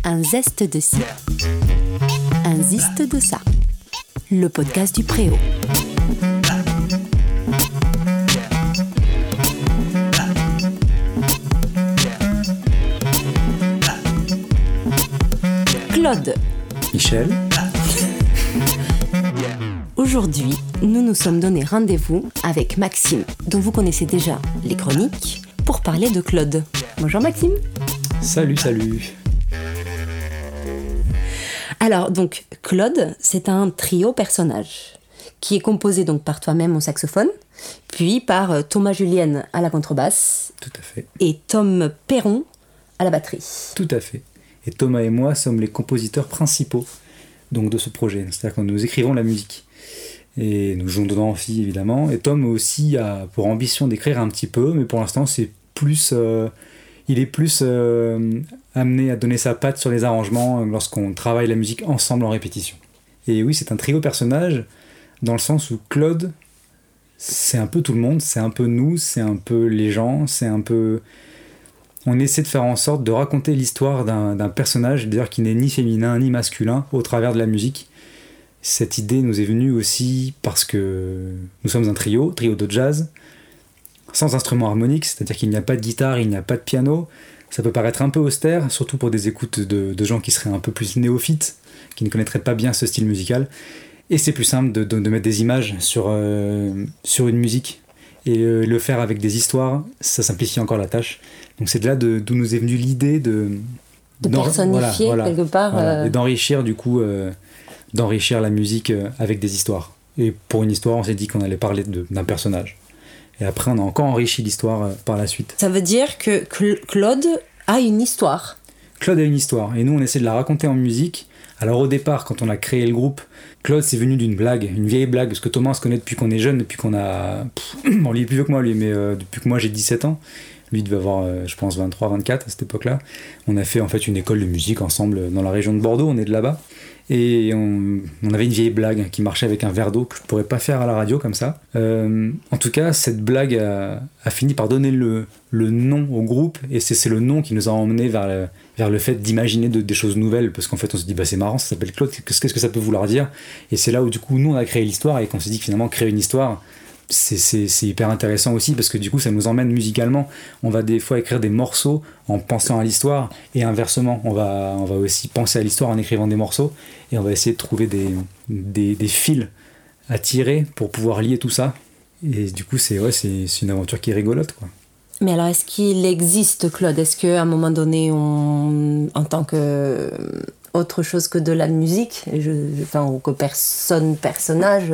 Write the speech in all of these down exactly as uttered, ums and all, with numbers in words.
Un zeste de ci, un ziste de ça. Le podcast du Préau. Claude. Michel. Aujourd'hui, nous nous sommes donné rendez-vous avec Maxime, dont vous connaissez déjà les chroniques, pour parler de Claude. Bonjour Maxime. Salut, salut. Alors, donc, Claude, c'est un trio personnage qui est composé donc par toi-même au saxophone, puis par euh, Thomas Julienne à la contrebasse. Tout à fait. Et Tom Perron à la batterie. Tout à fait. Et Thomas et moi sommes les compositeurs principaux donc, de ce projet. C'est-à-dire que nous écrivons la musique. Et nous jouons dedans aussi, évidemment. Et Tom aussi a pour ambition d'écrire un petit peu, mais pour l'instant, c'est plus... Euh, il est plus euh, amené à donner sa patte sur les arrangements lorsqu'on travaille la musique ensemble en répétition. Et oui, c'est un trio personnage, dans le sens où Claude, c'est un peu tout le monde, c'est un peu nous, c'est un peu les gens, c'est un peu... On essaie de faire en sorte de raconter l'histoire d'un, d'un personnage, d'ailleurs qui n'est ni féminin ni masculin, au travers de la musique. Cette idée nous est venue aussi parce que nous sommes un trio, trio de jazz, sans instrument harmonique, c'est-à-dire qu'il n'y a pas de guitare, il n'y a pas de piano. Ça peut paraître un peu austère, surtout pour des écoutes de, de gens qui seraient un peu plus néophytes, qui ne connaîtraient pas bien ce style musical. Et c'est plus simple de, de, de mettre des images sur, euh, sur une musique. Et euh, le faire avec des histoires, ça simplifie encore la tâche. Donc c'est de là de, d'où nous est venue l'idée de... De personnifier voilà, voilà, quelque part... Voilà, euh... et d'enrichir du coup, euh, d'enrichir la musique avec des histoires. Et pour une histoire, on s'est dit qu'on allait parler de, d'un personnage. Et après, on a encore enrichi l'histoire euh, par la suite. Ça veut dire que Cl- Claude a une histoire. Claude a une histoire, et nous, on essaie de la raconter en musique. Alors au départ, quand on a créé le groupe, Claude, c'est venu d'une blague, une vieille blague, parce que Thomas, on se connaît depuis qu'on est jeune, depuis qu'on a... Pff, bon, lui, il est plus vieux que moi, lui, mais euh, depuis que moi, j'ai dix-sept ans. Lui, il devait avoir, euh, je pense, vingt-trois, vingt-quatre à cette époque-là. On a fait, en fait, une école de musique ensemble dans la région de Bordeaux, on est de là-bas. Et on, on avait une vieille blague qui marchait avec un verre d'eau que je ne pourrais pas faire à la radio comme ça. Euh, en tout cas, cette blague a, a fini par donner le, le nom au groupe, et c'est, c'est le nom qui nous a emmenés vers le, vers le fait d'imaginer de, des choses nouvelles, parce qu'en fait on se dit bah c'est marrant, ça s'appelle Claude, qu'est-ce, qu'est-ce que ça peut vouloir dire? Et c'est là où du coup nous on a créé l'histoire, et qu'on s'est dit que finalement créer une histoire, C'est, c'est, c'est hyper intéressant aussi, parce que du coup ça nous emmène musicalement. On va des fois écrire des morceaux en pensant à l'histoire, et inversement on va, on va aussi penser à l'histoire en écrivant des morceaux, et on va essayer de trouver des, des, des fils à tirer pour pouvoir lier tout ça. Et du coup c'est, ouais, c'est, c'est une aventure qui est rigolote, quoi. Mais alors est-ce qu'il existe Claude? Est-ce qu'à un moment donné on, en tant que autre chose que de la musique, je, je, enfin, ou que personne, personnage,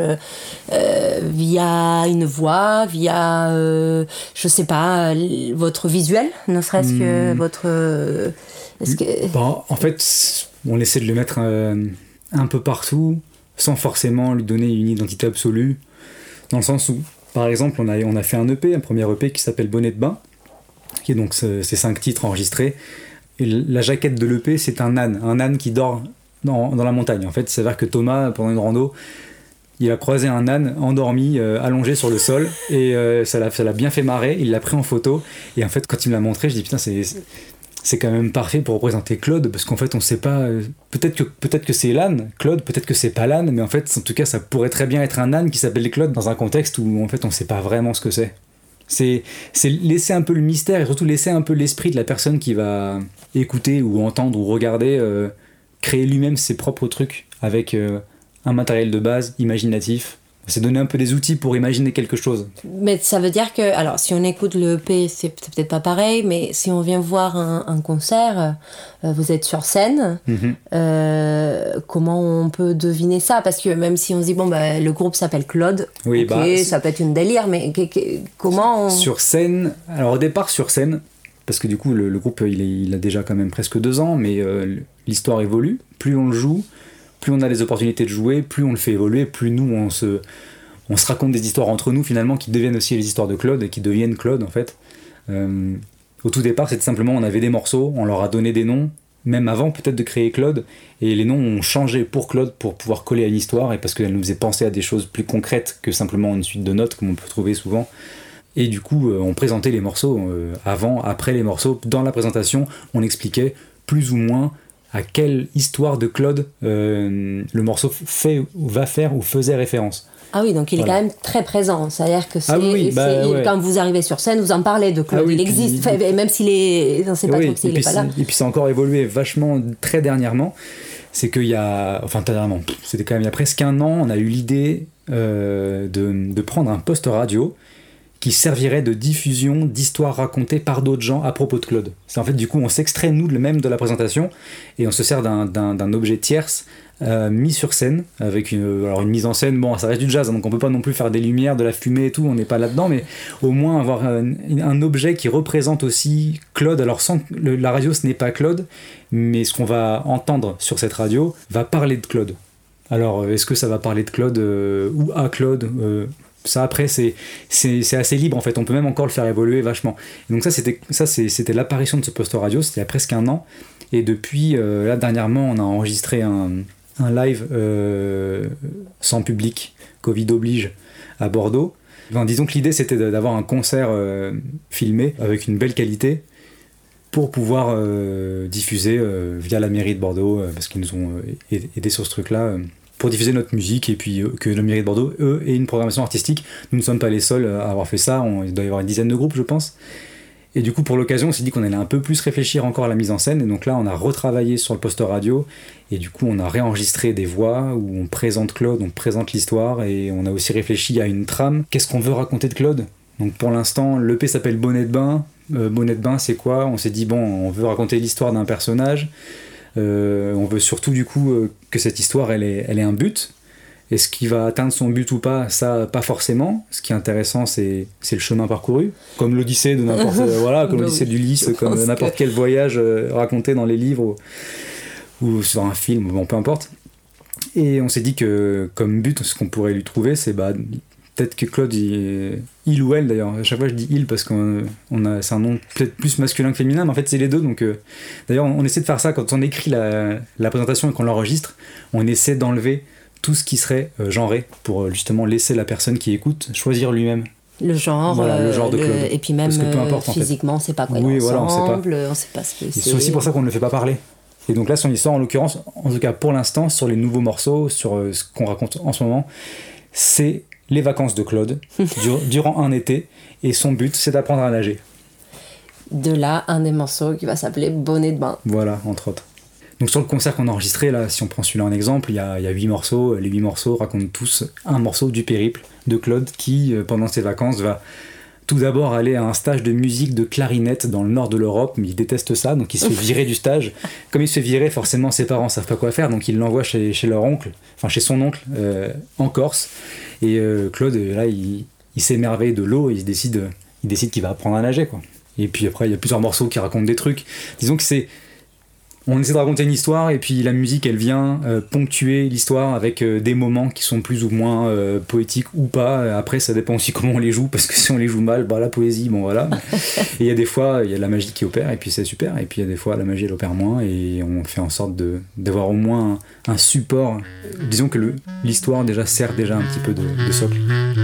euh, via une voix, via, euh, je sais pas, votre visuel, ne serait-ce mmh. que votre... Euh, est-ce que... Bon, en fait, on essaie de le mettre euh, un peu partout, sans forcément lui donner une identité absolue, dans le sens où, par exemple, on a, on a fait un E P, un premier E P qui s'appelle Bonnet de bain, qui est donc ce, ces cinq titres enregistrés. Et la jaquette de l'E P, c'est un âne, un âne qui dort dans, dans la montagne. En fait, il s'avère que Thomas, pendant une rando, il a croisé un âne endormi, euh, allongé sur le sol, et euh, ça, l'a, ça l'a bien fait marrer, il l'a pris en photo, et en fait, quand il me l'a montré, je dis putain, c'est, c'est quand même parfait pour représenter Claude, parce qu'en fait, on sait pas, euh, peut-être, que, peut-être que c'est l'âne, Claude, peut-être que c'est pas l'âne, mais en fait, en tout cas, ça pourrait très bien être un âne qui s'appelle Claude, dans un contexte où, en fait, on sait pas vraiment ce que c'est. C'est, c'est laisser un peu le mystère, et surtout laisser un peu l'esprit de la personne qui va écouter ou entendre ou regarder, euh, créer lui-même ses propres trucs avec euh, un matériel de base imaginatif. C'est donner un peu des outils pour imaginer quelque chose. Mais ça veut dire que, alors si on écoute le E P, c'est peut-être pas pareil, mais si on vient voir un, un concert, euh, vous êtes sur scène, mm-hmm. euh, comment on peut deviner ça? Parce que même si on se dit, bon, bah, le groupe s'appelle Claude, oui, okay, bah, ça peut être une délire, mais que, que, comment on... Sur scène, alors au départ sur scène, parce que du coup le, le groupe il, est, il a déjà quand même presque deux ans, mais euh, l'histoire évolue, plus on le joue, plus on a les opportunités de jouer, plus on le fait évoluer, plus nous on se, on se raconte des histoires entre nous finalement qui deviennent aussi les histoires de Claude et qui deviennent Claude en fait. Euh, au tout départ c'était simplement on avait des morceaux, on leur a donné des noms, même avant peut-être de créer Claude, et les noms ont changé pour Claude pour pouvoir coller à une histoire et parce qu'elle nous faisait penser à des choses plus concrètes que simplement une suite de notes comme on peut trouver souvent. Et du coup euh, on présentait les morceaux euh, avant, après les morceaux, dans la présentation on expliquait plus ou moins à quelle histoire de Claude euh, le morceau fait, va faire ou faisait référence. Ah oui, donc il voilà. est quand même très présent. C'est-à-dire que c'est, ah oui, oui, bah, c'est ouais. quand vous arrivez sur scène, vous en parlez de Claude. Ah oui, il existe, puis, enfin, même s'il est, on sait pas oui, trop s'il n'est pas là. Et puis ça a encore évolué vachement très dernièrement. C'est qu'il y a, enfin dernièrement, c'était quand même il y a presque un an, on a eu l'idée euh, de, de prendre un poste radio qui servirait de diffusion d'histoires racontées par d'autres gens à propos de Claude. C'est en fait, du coup, on s'extrait, nous, le même de la présentation, et on se sert d'un, d'un, d'un objet tierce euh, mis sur scène, avec une, alors une mise en scène, bon, ça reste du jazz, hein, donc on peut pas non plus faire des lumières, de la fumée et tout, on n'est pas là-dedans, mais au moins avoir un, un objet qui représente aussi Claude. Alors, sans, le, la radio, ce n'est pas Claude, mais ce qu'on va entendre sur cette radio va parler de Claude. Alors, est-ce que ça va parler de Claude euh, ou à Claude euh, ça après c'est, c'est, c'est assez libre en fait, on peut même encore le faire évoluer vachement. Et donc ça c'était, ça c'est, c'était l'apparition de ce poste radio, c'était il y a presque un an, et depuis euh, là dernièrement on a enregistré un, un live euh, sans public, Covid oblige, à Bordeaux. Enfin, disons que l'idée c'était d'avoir un concert euh, filmé avec une belle qualité pour pouvoir euh, diffuser euh, via la mairie de Bordeaux, euh, parce qu'ils nous ont euh, aidé sur ce truc là euh, pour diffuser notre musique, et puis euh, que la mairie de Bordeaux, eux, ait une programmation artistique. Nous ne sommes pas les seuls à avoir fait ça, on, il doit y avoir une dizaine de groupes, je pense. Et du coup, pour l'occasion, on s'est dit qu'on allait un peu plus réfléchir encore à la mise en scène, et donc là, on a retravaillé sur le poste radio, et du coup, on a réenregistré des voix où on présente Claude, on présente l'histoire, et on a aussi réfléchi à une trame. Qu'est-ce qu'on veut raconter de Claude ? Donc pour l'instant, l'E P s'appelle Bonnet de bain. Euh, Bonnet de bain, c'est quoi ? On s'est dit, bon, on veut raconter l'histoire d'un personnage. Euh, on veut surtout du coup euh, que cette histoire elle ait, elle ait un but. Est-ce qu'il va atteindre son but ou pas ? Ça, pas forcément. Ce qui est intéressant, c'est, c'est le chemin parcouru. Comme l'Odyssée de n'importe euh, voilà, comme l'Odyssée d'Ulysse, comme n'importe que... quel voyage euh, raconté dans les livres ou, ou sur un film, bon, peu importe. Et on s'est dit que comme but, ce qu'on pourrait lui trouver, c'est bah, peut-être que Claude, il, il ou elle d'ailleurs, à chaque fois je dis il parce qu'on on a, c'est un nom peut-être plus masculin que féminin, mais en fait c'est les deux. Donc, euh, d'ailleurs, on, on essaie de faire ça quand on écrit la, la présentation et qu'on l'enregistre, on essaie d'enlever tout ce qui serait euh, genré pour justement laisser la personne qui écoute choisir lui-même. Le genre, voilà, le genre de Claude. Le, et puis même importe, physiquement, en fait. On sait pas quoi oui, il voilà, ressemble, on on sait pas ce que c'est. C'est aussi pour ça qu'on ne le fait pas parler. Et donc là, son histoire, en l'occurrence, en tout cas pour l'instant, sur les nouveaux morceaux, sur euh, ce qu'on raconte en ce moment, c'est les vacances de Claude dur, durant un été, et son but c'est d'apprendre à nager. De là un des morceaux qui va s'appeler Bonnet de bain. Voilà, entre autres. Donc sur le concert qu'on a enregistré, là, si on prend celui-là en exemple, il y a, il y a huit morceaux. Les huit morceaux racontent tous un morceau du périple de Claude qui, pendant ses vacances, va tout d'abord aller à un stage de musique de clarinette dans le nord de l'Europe, mais il déteste ça, donc il se fait virer du stage. Comme il se fait virer, forcément ses parents savent pas quoi faire, donc il l'envoie chez, chez leur oncle, enfin chez son oncle, euh, en Corse. Et euh, Claude, là, il, il s'émerveille de l'eau et il décide, il décide qu'il va apprendre à nager, quoi. Et puis après, il y a plusieurs morceaux qui racontent des trucs. Disons que c'est... On essaie de raconter une histoire, et puis la musique, elle vient euh, ponctuer l'histoire avec euh, des moments qui sont plus ou moins euh, poétiques ou pas. Après, ça dépend aussi comment on les joue, parce que si on les joue mal, bah la poésie, bon voilà. Et il y a des fois, il y a de la magie qui opère, et puis c'est super. Et puis il y a des fois, la magie, elle opère moins, et on fait en sorte de, d'avoir au moins un, un support. Disons que le, l'histoire déjà sert déjà un petit peu de, de socle.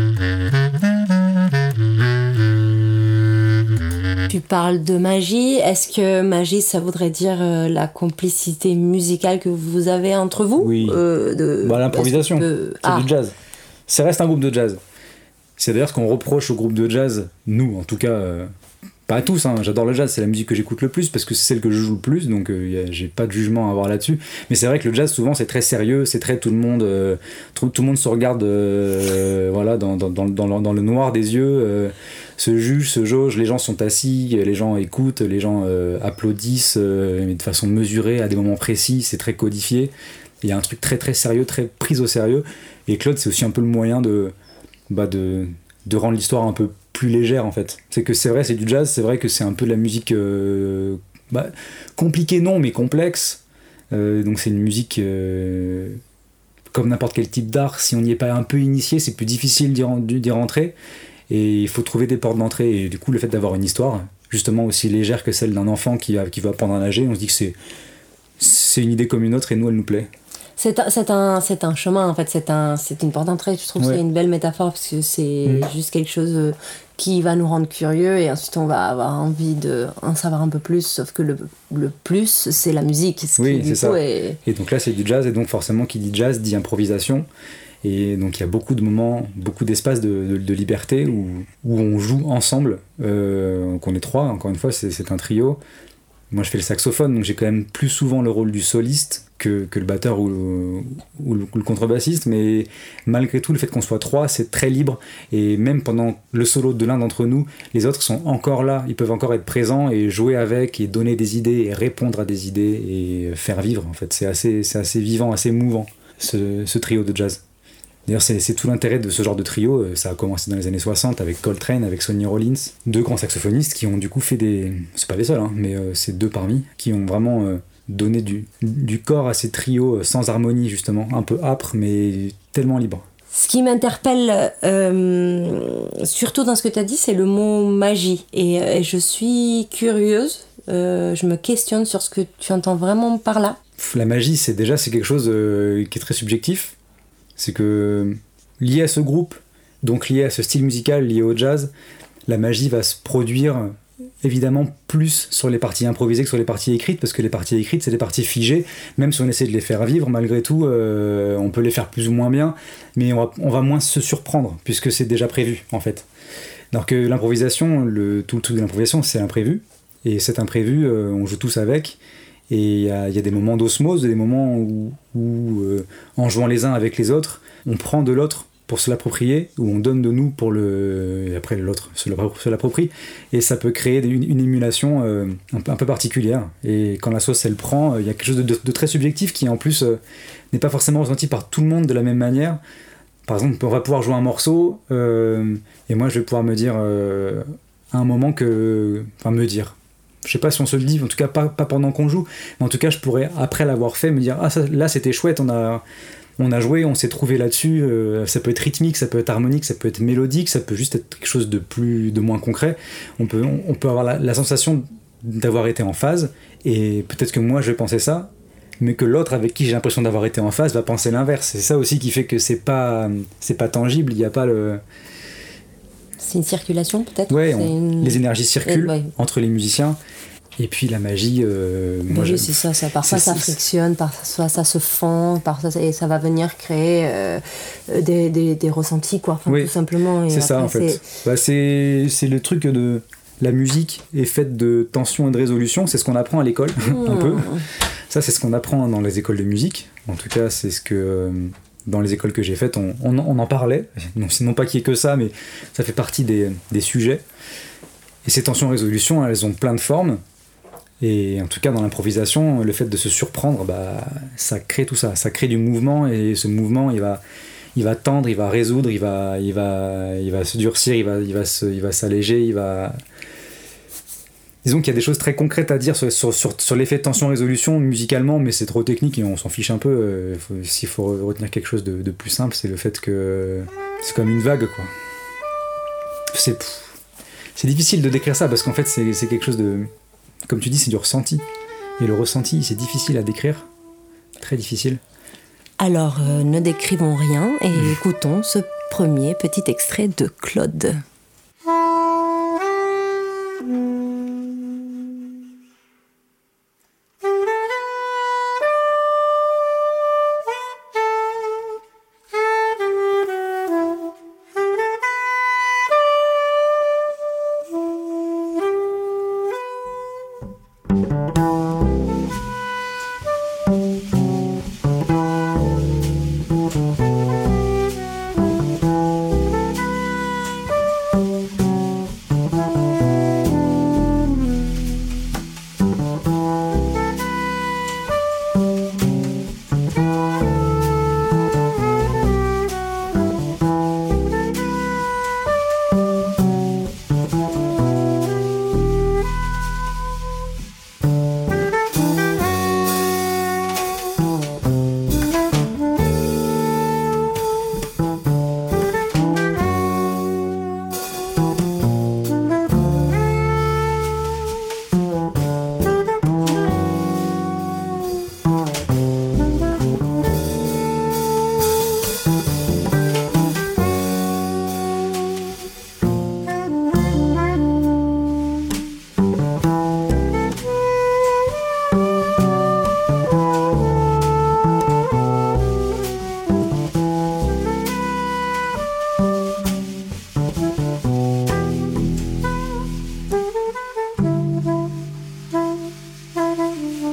Tu parles de magie. Est-ce que magie, ça voudrait dire euh, la complicité musicale que vous avez entre vous ? Oui. Euh, de... bah, l'improvisation. Peut... C'est ah. du jazz. Ça reste un groupe de jazz. C'est d'ailleurs ce qu'on reproche au groupe de jazz, nous en tout cas, euh, pas à tous, hein, j'adore le jazz, c'est la musique que j'écoute le plus parce que c'est celle que je joue le plus, donc euh, j'ai pas de jugement à avoir là-dessus. Mais c'est vrai que le jazz, souvent, c'est très sérieux, c'est très tout le monde, euh, tout, tout le monde se regarde euh, voilà, dans, dans, dans, dans, dans le noir des yeux. Euh, se juge, se jauge, les gens sont assis, les gens écoutent, les gens euh, applaudissent, euh, mais de façon mesurée, à des moments précis, c'est très codifié. Il y a un truc très très sérieux, très pris au sérieux. Et Claude, c'est aussi un peu le moyen de, bah de, de rendre l'histoire un peu plus légère, en fait. C'est que c'est vrai, c'est du jazz, c'est vrai que c'est un peu de la musique euh, bah, compliquée, non, mais complexe. Euh, donc c'est une musique... Euh, comme n'importe quel type d'art, si on n'y est pas un peu initié, c'est plus difficile d'y, d'y rentrer. Et il faut trouver des portes d'entrée. Et du coup, le fait d'avoir une histoire, justement aussi légère que celle d'un enfant qui, a, qui veut apprendre à nager, on se dit que c'est, c'est une idée comme une autre, et nous, elle nous plaît. C'est un, c'est, un, c'est un chemin, en fait, c'est, un, c'est une porte d'entrée. Je trouve ouais. que c'est une belle métaphore, parce que c'est mmh. juste quelque chose qui va nous rendre curieux, et ensuite on va avoir envie d'en savoir un peu plus, sauf que le, le plus, c'est la musique. Ce oui, qui, c'est ça. Est... Et donc là, c'est du jazz, et donc forcément, qui dit jazz, dit improvisation. Et donc il y a beaucoup de moments, beaucoup d'espaces de, de, de liberté où, où on joue ensemble, euh, qu'on est trois, encore une fois, c'est, c'est un trio. Moi, je fais le saxophone, donc j'ai quand même plus souvent le rôle du soliste que, que le batteur ou, ou, le, ou le contrebassiste, mais malgré tout, le fait qu'on soit trois, c'est très libre, et même pendant le solo de l'un d'entre nous, les autres sont encore là, ils peuvent encore être présents et jouer avec, et donner des idées, et répondre à des idées, et faire vivre, en fait. C'est assez, c'est assez vivant, assez mouvant, ce, ce trio de jazz. D'ailleurs, c'est, c'est tout l'intérêt de ce genre de trio. Ça a commencé dans les années soixante avec Coltrane, avec Sonny Rollins, deux grands saxophonistes qui ont du coup fait des... C'est pas les seuls, hein, mais euh, c'est deux parmi, qui ont vraiment euh, donné du, du corps à ces trios euh, sans harmonie, justement, un peu âpres, mais tellement libres. Ce qui m'interpelle, euh, surtout dans ce que tu as dit, c'est le mot magie. Et, et je suis curieuse, euh, je me questionne sur ce que tu entends vraiment par là. La magie, c'est déjà c'est quelque chose euh, qui est très subjectif. C'est que, lié à ce groupe, donc lié à ce style musical, lié au jazz, la magie va se produire évidemment plus sur les parties improvisées que sur les parties écrites, parce que les parties écrites, c'est des parties figées, même si on essaie de les faire vivre, malgré tout, euh, on peut les faire plus ou moins bien, mais on va, on va moins se surprendre, puisque c'est déjà prévu, en fait. Alors que l'improvisation, le, tout le truc de l'improvisation, c'est imprévu, et cet imprévu, euh, on joue tous avec. Et il y, y a des moments d'osmose, des moments où, où euh, en jouant les uns avec les autres, on prend de l'autre pour se l'approprier, ou on donne de nous pour le... Et après l'autre se l'approprie. Et ça peut créer une, une émulation euh, un, peu, un peu particulière. Et quand la sauce, elle prend, il y a quelque chose de, de, de très subjectif qui, en plus, euh, n'est pas forcément ressenti par tout le monde de la même manière. Par exemple, on va pouvoir jouer un morceau, euh, et moi, je vais pouvoir me dire euh, à un moment que... Enfin, me dire... Je sais pas si on se le dit, en tout cas pas, pas pendant qu'on joue, mais en tout cas je pourrais après l'avoir fait me dire ah ça, là c'était chouette, on a, on a joué, on s'est trouvé là-dessus, euh, ça peut être rythmique, ça peut être harmonique, ça peut être mélodique, ça peut juste être quelque chose de plus, de moins concret. On peut, on, on peut avoir la, la sensation d'avoir été en phase, et peut-être que moi je vais penser ça, mais que l'autre avec qui j'ai l'impression d'avoir été en phase va penser l'inverse. C'est ça aussi qui fait que c'est pas, c'est pas tangible, il n'y a pas le... C'est une circulation peut-être. Ouais, c'est on, une... les énergies circulent ouais. entre les musiciens. Et puis la magie. Euh, moi, oui, c'est ça, ça. Parfois ça frictionne, parfois ça se fond, parfois ça, et ça va venir créer euh, des, des, des ressentis, quoi. Enfin, oui, tout simplement. Et c'est ça en fait. C'est... Bah, c'est, c'est le truc de. La musique est faite de tension et de résolution, c'est ce qu'on apprend à l'école, mmh. un peu. Ça, c'est ce qu'on apprend dans les écoles de musique. En tout cas, c'est ce que. Dans les écoles que j'ai faites, on, on, on en parlait. Non, sinon pas qu'il y ait que ça, mais ça fait partie des, des sujets. Et ces tensions-résolutions, elles ont plein de formes. Et en tout cas, dans l'improvisation, le fait de se surprendre, bah, ça crée tout ça. Ça crée du mouvement, et ce mouvement, il va, il va tendre, il va résoudre, il va, il va, il va se durcir, il va, il va, se, il va s'alléger, il va... Disons qu'il y a des choses très concrètes à dire sur, sur, sur, sur l'effet de tension-résolution musicalement, mais c'est trop technique et on s'en fiche un peu. Euh, faut, s'il faut retenir quelque chose de, de plus simple, c'est le fait que c'est comme une vague, quoi. C'est, pff, c'est difficile de décrire ça parce qu'en fait, c'est, c'est quelque chose de... Comme tu dis, c'est du ressenti. Et le ressenti, c'est difficile à décrire. Très difficile. Alors, euh, ne décrivons rien et mmh. écoutons ce premier petit extrait de Claude.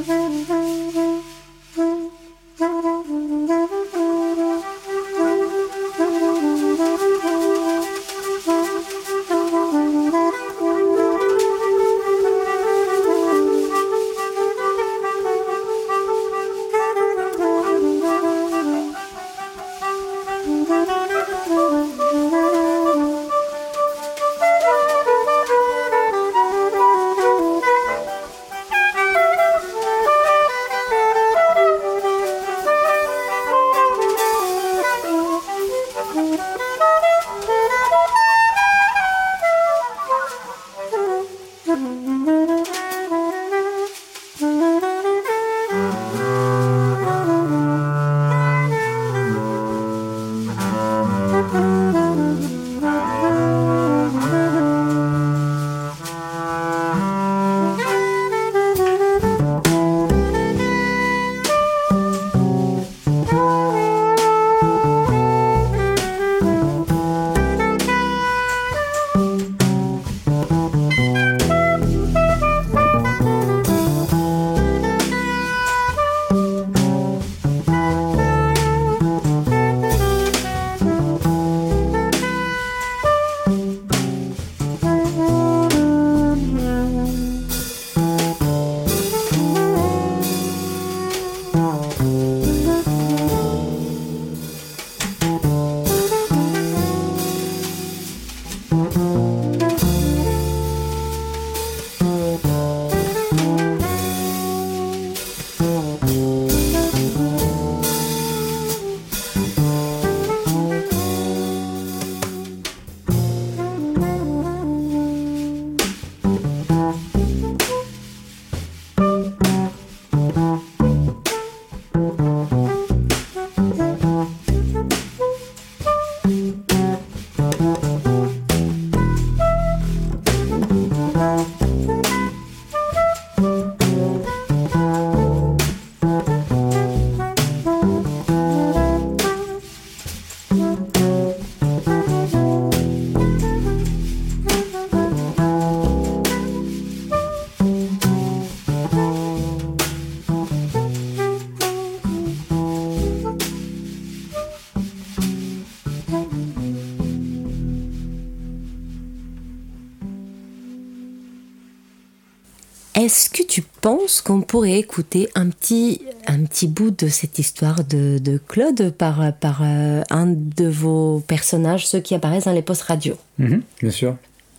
Est-ce que tu penses qu'on pourrait écouter un petit, un petit bout de cette histoire de, de Claude par, par euh, un de vos personnages, ceux qui apparaissent dans les postes radio? Mmh, bien sûr.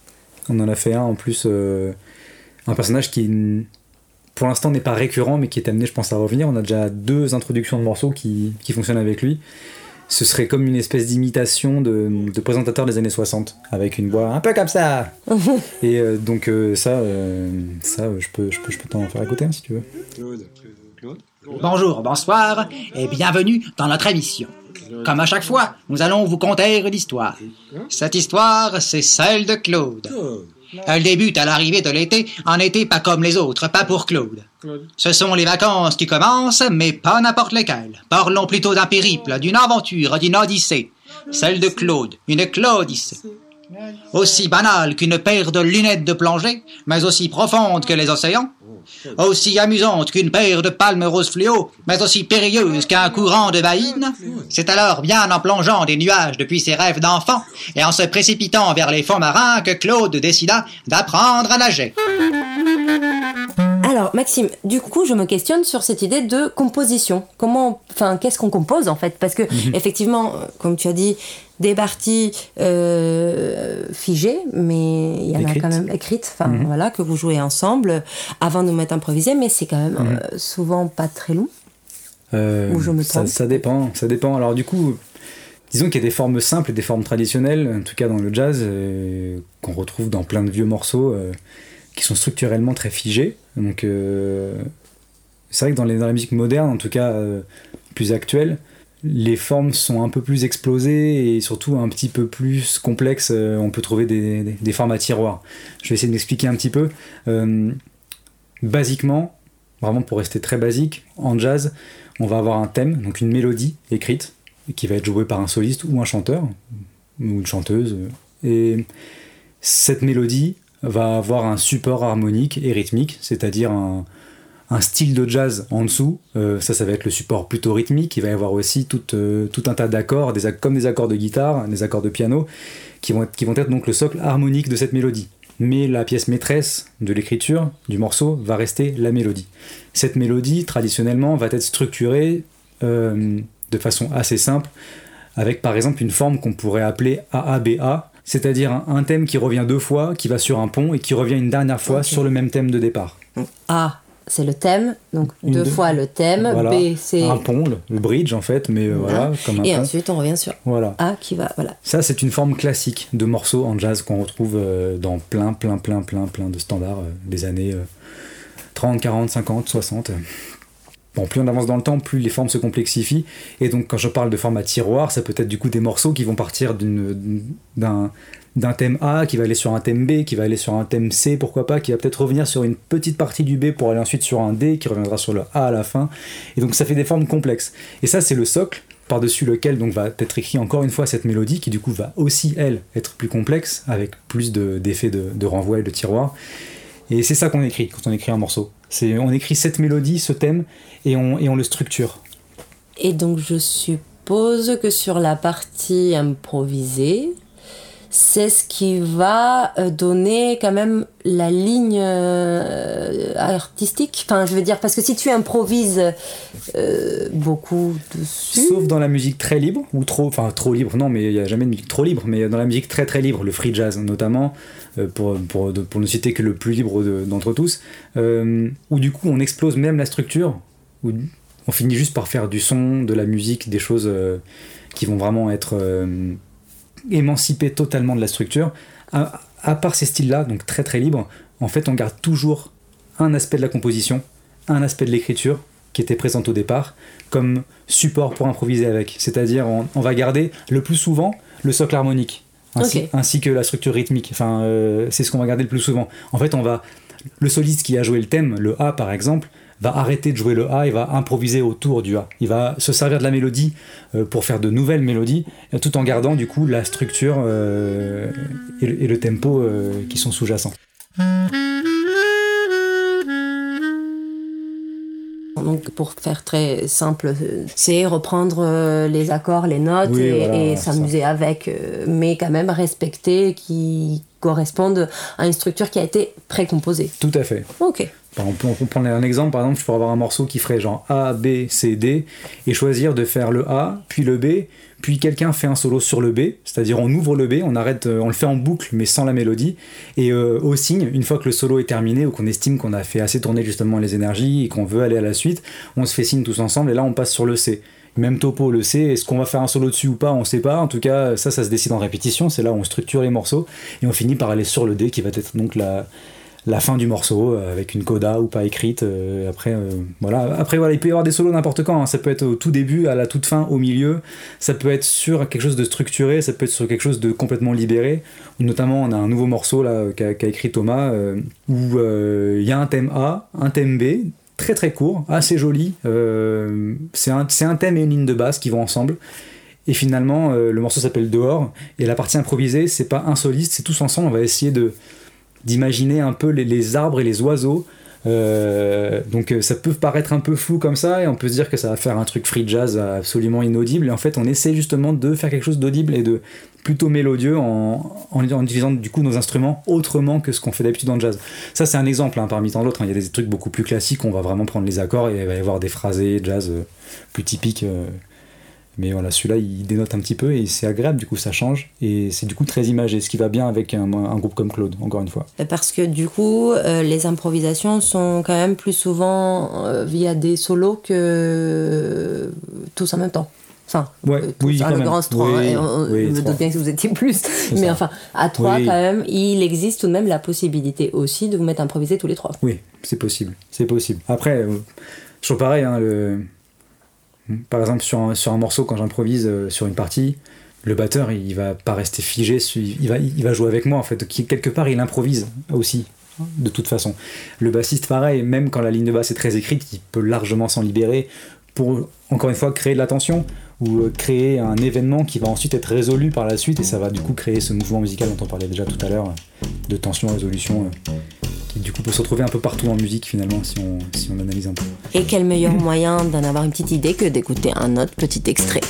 On en a fait un en plus, euh, un personnage qui pour l'instant n'est pas récurrent mais qui est amené je pense à revenir. On a déjà deux introductions de morceaux qui, qui fonctionnent avec lui. Ce serait comme une espèce d'imitation de, de présentateur des années soixante, avec une voix un peu comme ça. Et euh, donc euh, ça, euh, ça je peux, je peux, je peux t'en faire écouter hein, si tu veux. Claude, Claude. Bonjour, bonsoir et bienvenue dans notre émission. Comme à chaque fois, nous allons vous conter une histoire. Cette histoire, c'est celle de Claude. Elle débute à l'arrivée de l'été, en été pas comme les autres, pas pour Claude. Ce sont les vacances qui commencent, mais pas n'importe lesquelles. Parlons plutôt d'un périple, d'une aventure, d'une odyssée. Celle de Claude, une Claudissée. Aussi banale qu'une paire de lunettes de plongée, mais aussi profonde que les océans. Aussi amusante qu'une paire de palmes roses fluo, mais aussi périlleuse qu'un courant de baïnes. C'est alors bien en plongeant des nuages depuis ses rêves d'enfant et en se précipitant vers les fonds marins que Claude décida d'apprendre à nager. Alors Maxime, du coup je me questionne sur cette idée de composition. Comment, enfin qu'est-ce qu'on compose en fait? Parce que mmh. effectivement, comme tu as dit, des parties euh, figées, mais il y en écrites. a quand même écrites, enfin mmh. voilà, que vous jouez ensemble avant de mettre improvisé, mais c'est quand même mmh. euh, souvent pas très long. Euh, Ou je me trompe. Ça, ça dépend, ça dépend. Alors du coup, disons qu'il y a des formes simples et des formes traditionnelles, en tout cas dans le jazz, euh, qu'on retrouve dans plein de vieux morceaux. Euh, qui sont structurellement très figés. Donc, euh, c'est vrai que dans, les, dans la musique moderne, en tout cas euh, plus actuelle, les formes sont un peu plus explosées et surtout un petit peu plus complexes. Euh, on peut trouver des, des, des formes à tiroirs. Je vais essayer de m'expliquer un petit peu. Euh, basiquement, vraiment pour rester très basique, en jazz, on va avoir un thème, donc une mélodie écrite, qui va être jouée par un soliste ou un chanteur, ou une chanteuse. Et cette mélodie va avoir un support harmonique et rythmique, c'est-à-dire un, un style de jazz en dessous. Euh, ça, ça va être le support plutôt rythmique. Il va y avoir aussi tout, euh, tout un tas d'accords, des, comme des accords de guitare, des accords de piano, qui vont être, qui vont être donc le socle harmonique de cette mélodie. Mais la pièce maîtresse de l'écriture du morceau va rester la mélodie. Cette mélodie, traditionnellement, va être structurée euh, de façon assez simple, avec par exemple une forme qu'on pourrait appeler A A B A, c'est-à-dire un, un thème qui revient deux fois, qui va sur un pont, et qui revient une dernière fois okay. sur le même thème de départ. A, c'est le thème, donc une deux, deux fois le thème, voilà. B, c'est... un pont, le, le bridge en fait, mais euh, voilà, comme un et pont. ensuite on revient sur voilà. A qui va... Voilà. Ça, c'est une forme classique de morceaux en jazz qu'on retrouve euh, dans plein, plein, plein, plein, plein de standards euh, des années euh, trente, quarante, cinquante, soixante. Bon, plus on avance dans le temps, plus les formes se complexifient. Et donc, quand je parle de forme à tiroir, ça peut être du coup des morceaux qui vont partir d'une, d'un, d'un thème A, qui va aller sur un thème B, qui va aller sur un thème C, pourquoi pas, qui va peut-être revenir sur une petite partie du B pour aller ensuite sur un D, qui reviendra sur le A à la fin. Et donc, ça fait des formes complexes. Et ça, c'est le socle par-dessus lequel donc, va être écrit encore une fois cette mélodie, qui du coup va aussi, elle, être plus complexe, avec plus de, d'effets de, de renvoi et de tiroir. Et c'est ça qu'on écrit quand on écrit un morceau. C'est, on écrit cette mélodie, ce thème, et on, et on le structure. Et donc je suppose que sur la partie improvisée, c'est ce qui va donner quand même la ligne euh, artistique. Enfin, je veux dire, parce que si tu improvises euh, beaucoup dessus... Sauf dans la musique très libre, ou trop, enfin trop libre, non, mais il n'y a jamais de musique trop libre, mais dans la musique très très libre, le free jazz notamment, euh, pour, pour, pour ne citer que le plus libre de, d'entre tous, euh, où du coup on explose même la structure, où on finit juste par faire du son, de la musique, des choses euh, qui vont vraiment être... Euh, émancipé totalement de la structure. À, à part ces styles-là, donc très très libres, en fait on garde toujours un aspect de la composition, un aspect de l'écriture qui était présent au départ, comme support pour improviser avec. C'est-à-dire on, on va garder le plus souvent le socle harmonique, ainsi, okay. ainsi que la structure rythmique. Enfin, euh, c'est ce qu'on va garder le plus souvent. En fait, on va, le soliste qui a joué le thème, le A par exemple, va arrêter de jouer le A et va improviser autour du A. Il va se servir de la mélodie euh, pour faire de nouvelles mélodies, euh, tout en gardant du coup la structure euh, et, le, et le tempo euh, qui sont sous-jacents. Donc pour faire très simple, c'est reprendre les accords, les notes oui, et, voilà, et s'amuser ça. Avec, mais quand même respecter qui correspondent à une structure qui a été précomposée. Tout à fait. Ok. On peut, on peut prendre un exemple, par exemple, je pourrais avoir un morceau qui ferait genre A, B, C, D, et choisir de faire le A, puis le B, puis quelqu'un fait un solo sur le B, c'est-à-dire on ouvre le B, on arrête, on le fait en boucle, mais sans la mélodie, et euh, au signe, une fois que le solo est terminé, ou qu'on estime qu'on a fait assez tourner justement les énergies, et qu'on veut aller à la suite, on se fait signe tous ensemble, et là on passe sur le C. Même topo, le C, est-ce qu'on va faire un solo dessus ou pas, on sait pas, en tout cas, ça, ça se décide en répétition, c'est là où on structure les morceaux, et on finit par aller sur le D, qui va être donc la... la fin du morceau euh, avec une coda ou pas écrite euh, après euh, voilà après voilà il peut y avoir des solos n'importe quand hein. Ça peut être au tout début, à la toute fin, au milieu, ça peut être sur quelque chose de structuré, ça peut être sur quelque chose de complètement libéré. Notamment on a un nouveau morceau là qu'a, qu'a écrit Thomas euh, où il euh, y a un thème A, un thème B très très court, assez joli, euh, c'est, un, c'est un thème et une ligne de basse qui vont ensemble. Et finalement euh, le morceau s'appelle Dehors, et la partie improvisée c'est pas un soliste, c'est tous ensemble, on va essayer de d'imaginer un peu les, les arbres et les oiseaux, euh, donc ça peut paraître un peu flou comme ça et on peut se dire que ça va faire un truc free jazz absolument inaudible, et en fait on essaie justement de faire quelque chose d'audible et de plutôt mélodieux en, en, en utilisant du coup nos instruments autrement que ce qu'on fait d'habitude en jazz. Ça c'est un exemple hein, parmi tant d'autres, il y a des trucs beaucoup plus classiques, on va vraiment prendre les accords et il va y avoir des phrasés jazz euh, plus typiques, euh, mais voilà, celui-là il dénote un petit peu et c'est agréable, du coup ça change et c'est du coup très imagé, ce qui va bien avec un, un groupe comme Claude, encore une fois. Parce que du coup euh, les improvisations sont quand même plus souvent euh, via des solos que euh, tous en même temps. Enfin, ouais, euh, tous oui, en l'occurrence trois, oui, hein, on oui, me doute bien que vous étiez plus, c'est mais ça. Enfin à trois oui. Quand même, il existe tout de même la possibilité aussi de vous mettre à improviser tous les trois. Oui, c'est possible, c'est possible. Après, euh, toujours pareil, hein, le... par exemple sur un, sur un morceau quand j'improvise euh, sur une partie, le batteur il va pas rester figé, il va, il va jouer avec moi en fait, quelque part il improvise aussi de toute façon. Le bassiste pareil, même quand la ligne de basse est très écrite, il peut largement s'en libérer pour encore une fois créer de la tension ou euh, créer un événement qui va ensuite être résolu par la suite, et ça va du coup créer ce mouvement musical dont on parlait déjà tout à l'heure, de tension, résolution, euh, qui du coup peut se retrouver un peu partout en musique finalement si on, si on analyse un peu. Et quel meilleur moyen d'en avoir une petite idée que d'écouter un autre petit extrait.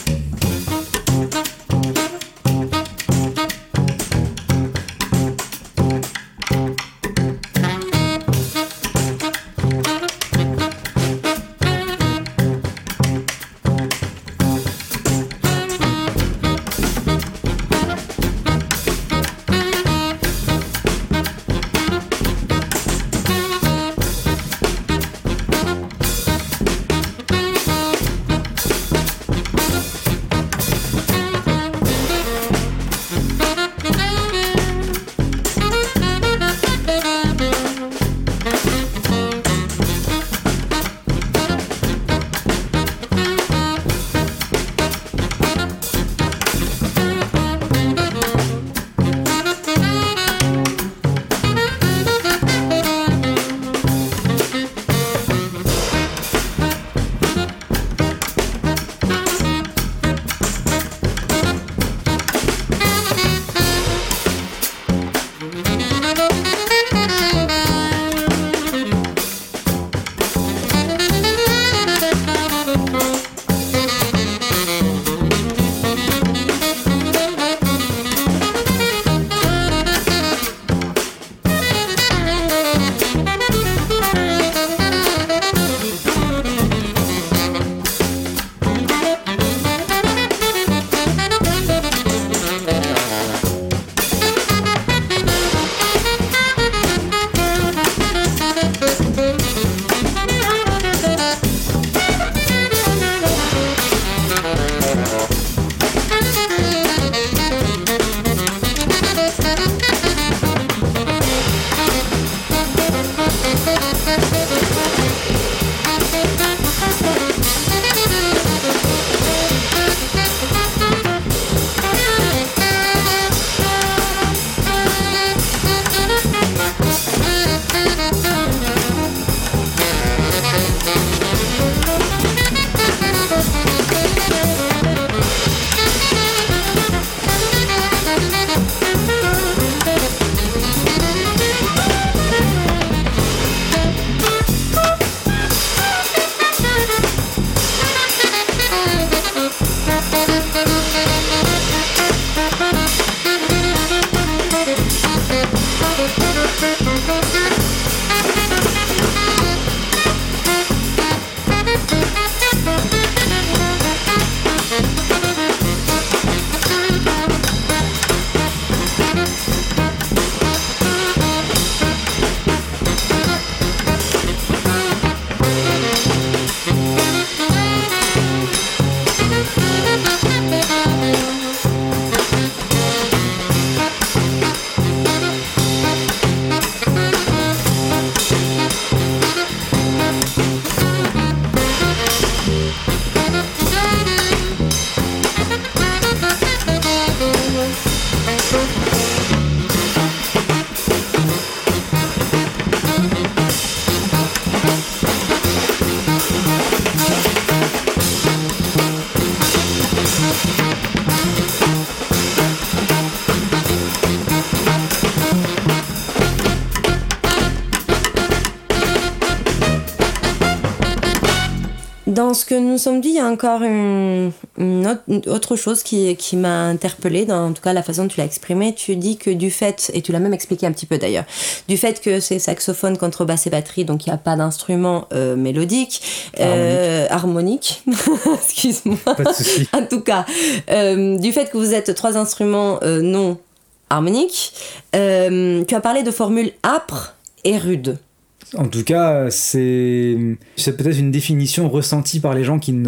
Dans ce que nous sommes dit, il y a encore une, une, autre, une autre chose qui, qui m'a interpellée, dans en tout cas la façon dont tu l'as exprimé. Tu dis que du fait, et tu l'as même expliqué un petit peu d'ailleurs, du fait que c'est saxophone, contrebasse et batterie, donc il n'y a pas d'instrument euh, mélodique, euh, harmonique, excuse-moi. Pas de souci. En tout cas, euh, du fait que vous êtes trois instruments euh, non harmoniques, euh, tu as parlé de formules âpres et rudes. En tout cas, c'est, c'est peut-être une définition ressentie par les gens qui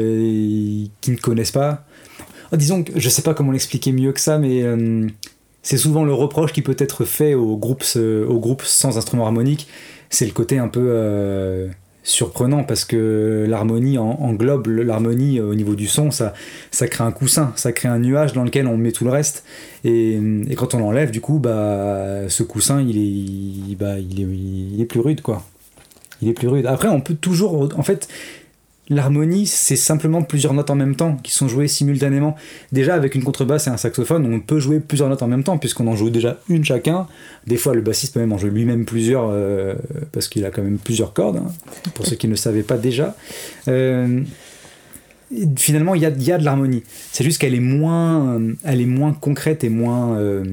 ne, qui ne connaissent pas. Disons que je ne sais pas comment l'expliquer mieux que ça, mais euh, c'est souvent le reproche qui peut être fait aux groupes, aux groupes sans instrument harmonique. C'est le côté un peu euh, surprenant, parce que l'harmonie en, englobe l'harmonie au niveau du son, ça, ça crée un coussin, ça crée un nuage dans lequel on met tout le reste. Et, et quand on l'enlève, du coup, bah, ce coussin, il est, il, bah, il, est, il est plus rude, quoi. Il est plus rude. Après, on peut toujours... En fait, L'harmonie, c'est simplement plusieurs notes en même temps qui sont jouées simultanément. Déjà, avec une contrebasse et un saxophone, on peut jouer plusieurs notes en même temps, puisqu'on en joue déjà une chacun. Des fois, le bassiste peut même en jouer lui-même plusieurs, euh, parce qu'il a quand même plusieurs cordes, hein, pour ceux qui ne le savaient pas déjà. Euh, finalement, il y a, y a de l'harmonie. C'est juste qu'elle est moins, elle est moins concrète et moins, euh,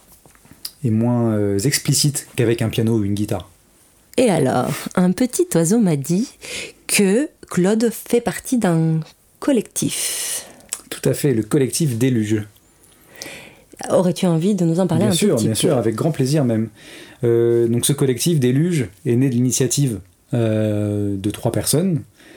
et moins euh, explicite qu'avec un piano ou une guitare. Et alors, un petit oiseau m'a dit que Claude fait partie d'un collectif. Tout à fait, le collectif Déluge. Aurais-tu envie de nous en parler bien un sûr, tout petit bien peu ? sûr, avec grand plaisir même. Euh, donc ce collectif Déluge est né de l'initiative euh, de trois personnes,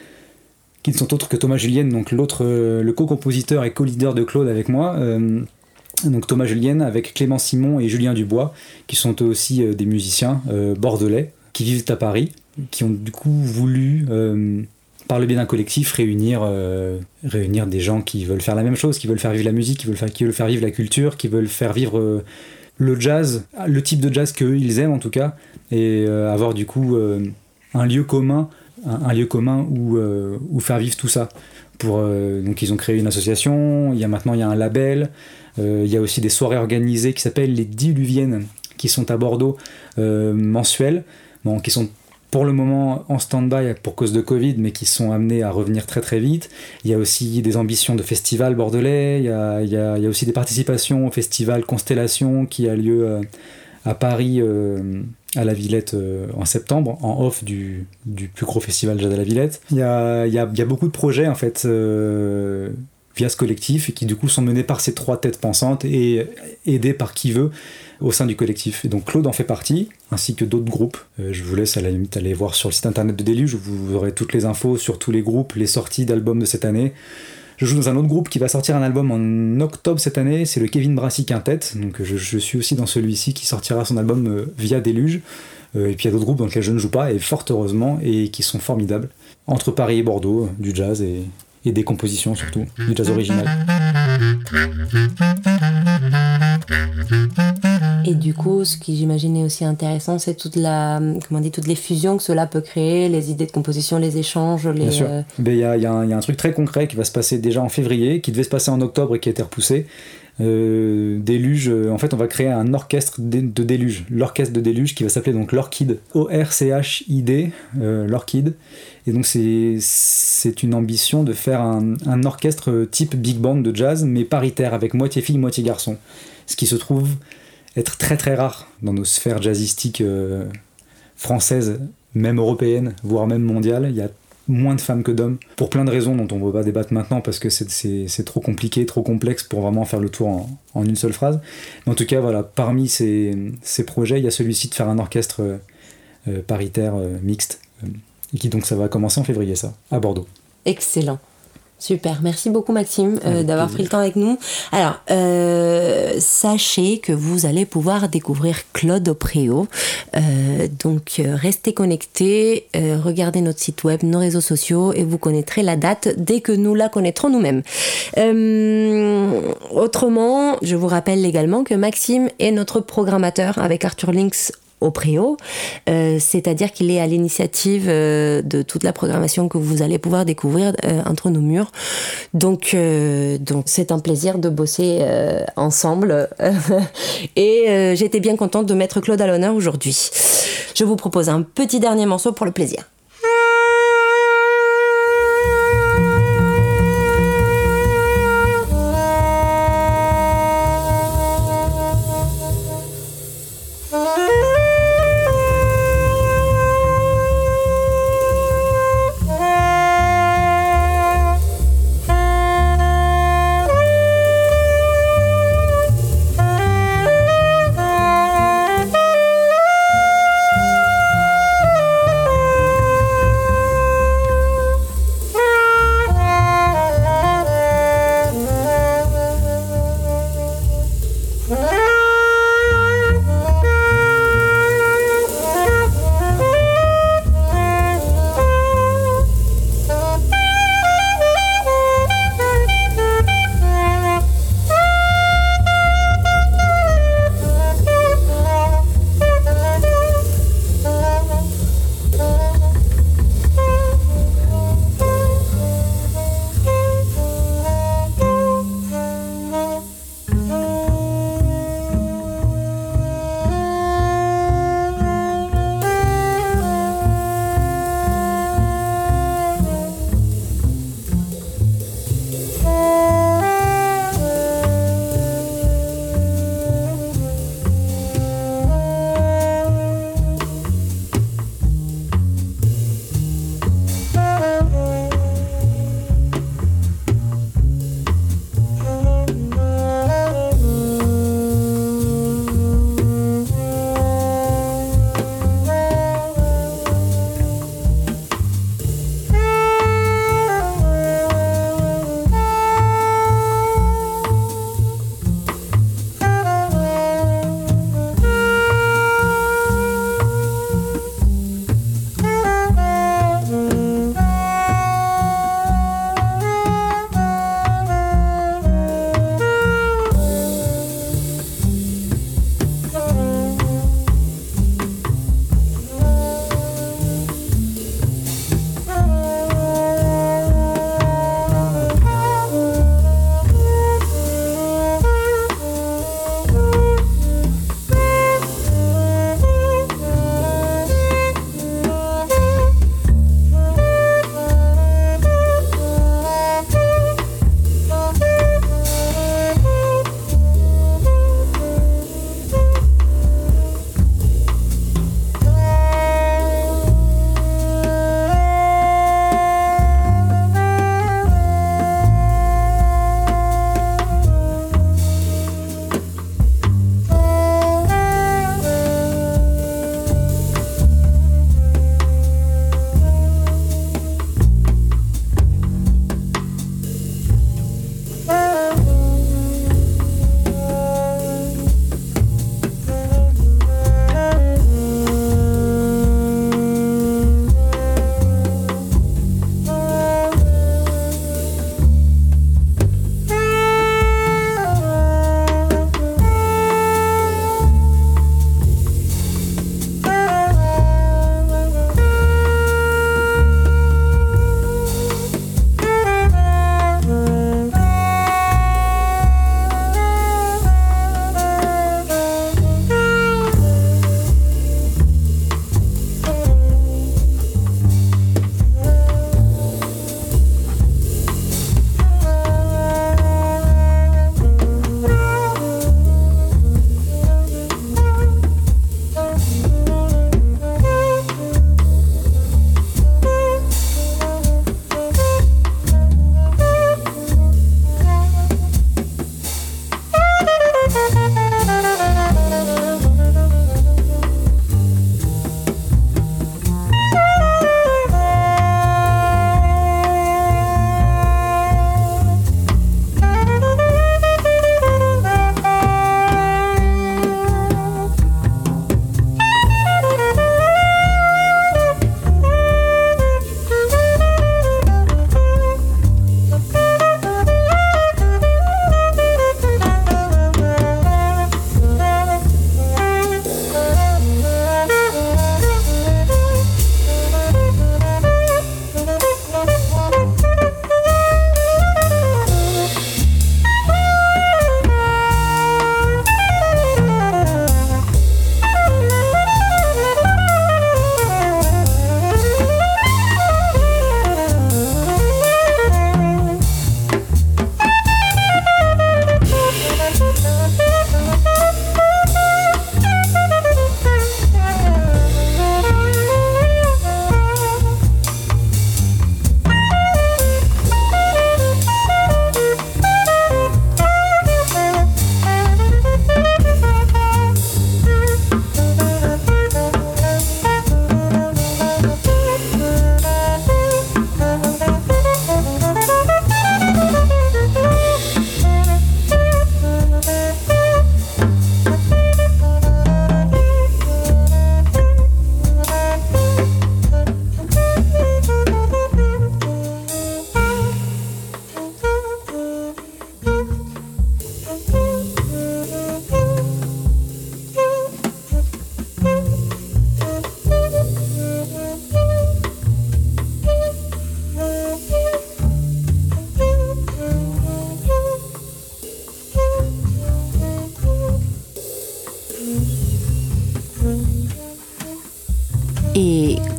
qui ne sont autres que Thomas Julienne, donc l'autre, euh, le co-compositeur et co-leader de Claude avec moi. Euh, donc Thomas Julienne avec Clément Simon et Julien Dubois, qui sont eux aussi euh, des musiciens euh, bordelais, qui vivent à Paris, qui ont du coup voulu, euh, par le biais d'un collectif, réunir, euh, réunir des gens qui veulent faire la même chose, qui veulent faire vivre la musique, qui veulent faire, qui veulent faire vivre la culture, qui veulent faire vivre euh, le jazz, le type de jazz qu'eux ils aiment en tout cas, et euh, avoir du coup euh, un lieu commun, un, un lieu commun où, euh, où faire vivre tout ça. Pour, euh, donc ils ont créé une association, il y a maintenant il y a un label, euh, il y a aussi des soirées organisées qui s'appellent les Diluviennes, qui sont à Bordeaux, euh, mensuelles. Bon, qui sont pour le moment en stand-by pour cause de Covid, mais qui sont amenés à revenir très très vite. Il y a aussi des ambitions de festival bordelais, il y a, il y a, il y a aussi des participations au festival Constellation qui a lieu euh, à Paris, euh, à la Villette euh, en septembre, en off du, du plus gros festival Jazz à la Villette. Il y a, il y a, il y a beaucoup de projets en fait euh, via ce collectif et qui du coup sont menés par ces trois têtes pensantes et aidés par qui veut au sein du collectif. Et donc Claude en fait partie, ainsi que d'autres groupes. Euh, je vous laisse à la limite aller voir sur le site internet de Déluge, où vous aurez toutes les infos sur tous les groupes, les sorties d'albums de cette année. Je joue dans un autre groupe qui va sortir un album en octobre cette année, c'est le Kevin Brassy Quintet, donc je, je suis aussi dans celui-ci qui sortira son album euh, via Déluge. Euh, et puis il y a d'autres groupes dans lesquels je ne joue pas, et fort heureusement, et qui sont formidables. Entre Paris et Bordeaux, du jazz et, et des compositions surtout, du jazz original. Et du coup, ce qui j'imagine est aussi intéressant, c'est toute la, comment on dit, toutes les fusions que cela peut créer, les idées de composition, les échanges. Les, Bien sûr. Euh... Il y, y, y a un truc très concret qui va se passer déjà en février, qui devait se passer en octobre et qui a été repoussé. Euh, Déluge, en fait, on va créer un orchestre de, de Déluge, l'orchestre de Déluge qui va s'appeler donc l'Orchid, O R C H I D, euh, l'Orchid. Et donc c'est, c'est une ambition de faire un, un orchestre type big band de jazz, mais paritaire, avec moitié filles, moitié garçons. Ce qui se trouve être très très rare dans nos sphères jazzistiques euh, françaises, même européennes, voire même mondiales. Il y a moins de femmes que d'hommes, pour plein de raisons dont on ne va pas débattre maintenant, parce que c'est, c'est, c'est trop compliqué, trop complexe pour vraiment faire le tour en, en une seule phrase. Mais en tout cas, voilà, parmi ces, ces projets, il y a celui-ci de faire un orchestre euh, paritaire euh, mixte, euh, et qui donc ça va commencer en février, ça, à Bordeaux. Excellent. Super, merci beaucoup Maxime euh, d'avoir plaisir. pris le temps avec nous. Alors, euh, sachez que vous allez pouvoir découvrir Claude Opréau. Euh, donc, euh, restez connectés, euh, regardez notre site web, nos réseaux sociaux et vous connaîtrez la date dès que nous la connaîtrons nous-mêmes. Euh, autrement, je vous rappelle également que Maxime est notre programmateur avec Arthur Links Opréau, euh, c'est-à-dire qu'il est à l'initiative euh, de toute la programmation que vous allez pouvoir découvrir euh, entre nos murs. Donc, euh, donc c'est un plaisir de bosser euh, ensemble et euh, j'étais bien contente de mettre Claude à l'honneur aujourd'hui. Je vous propose un petit dernier morceau pour le plaisir.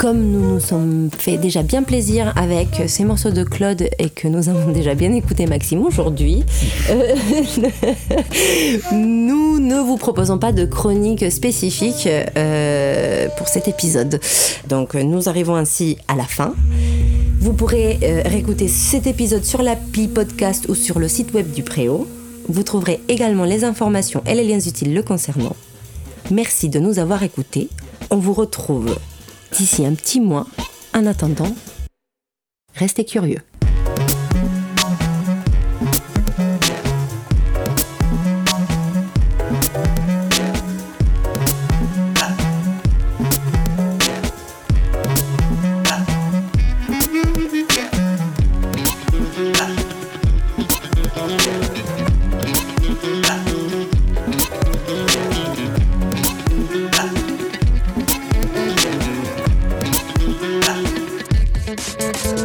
comme nous nous sommes fait déjà bien plaisir avec ces morceaux de Claude et que nous avons déjà bien écouté Maxime aujourd'hui, euh, nous ne vous proposons pas de chronique spécifique euh, pour cet épisode. Donc nous arrivons ainsi à la fin. Vous pourrez euh, réécouter cet épisode sur l'appli podcast ou sur le site web du Préau. Vous trouverez également les informations et les liens utiles le concernant. Merci de nous avoir écoutés. On vous retrouve d'ici un petit mois. En attendant, restez curieux. Thank you.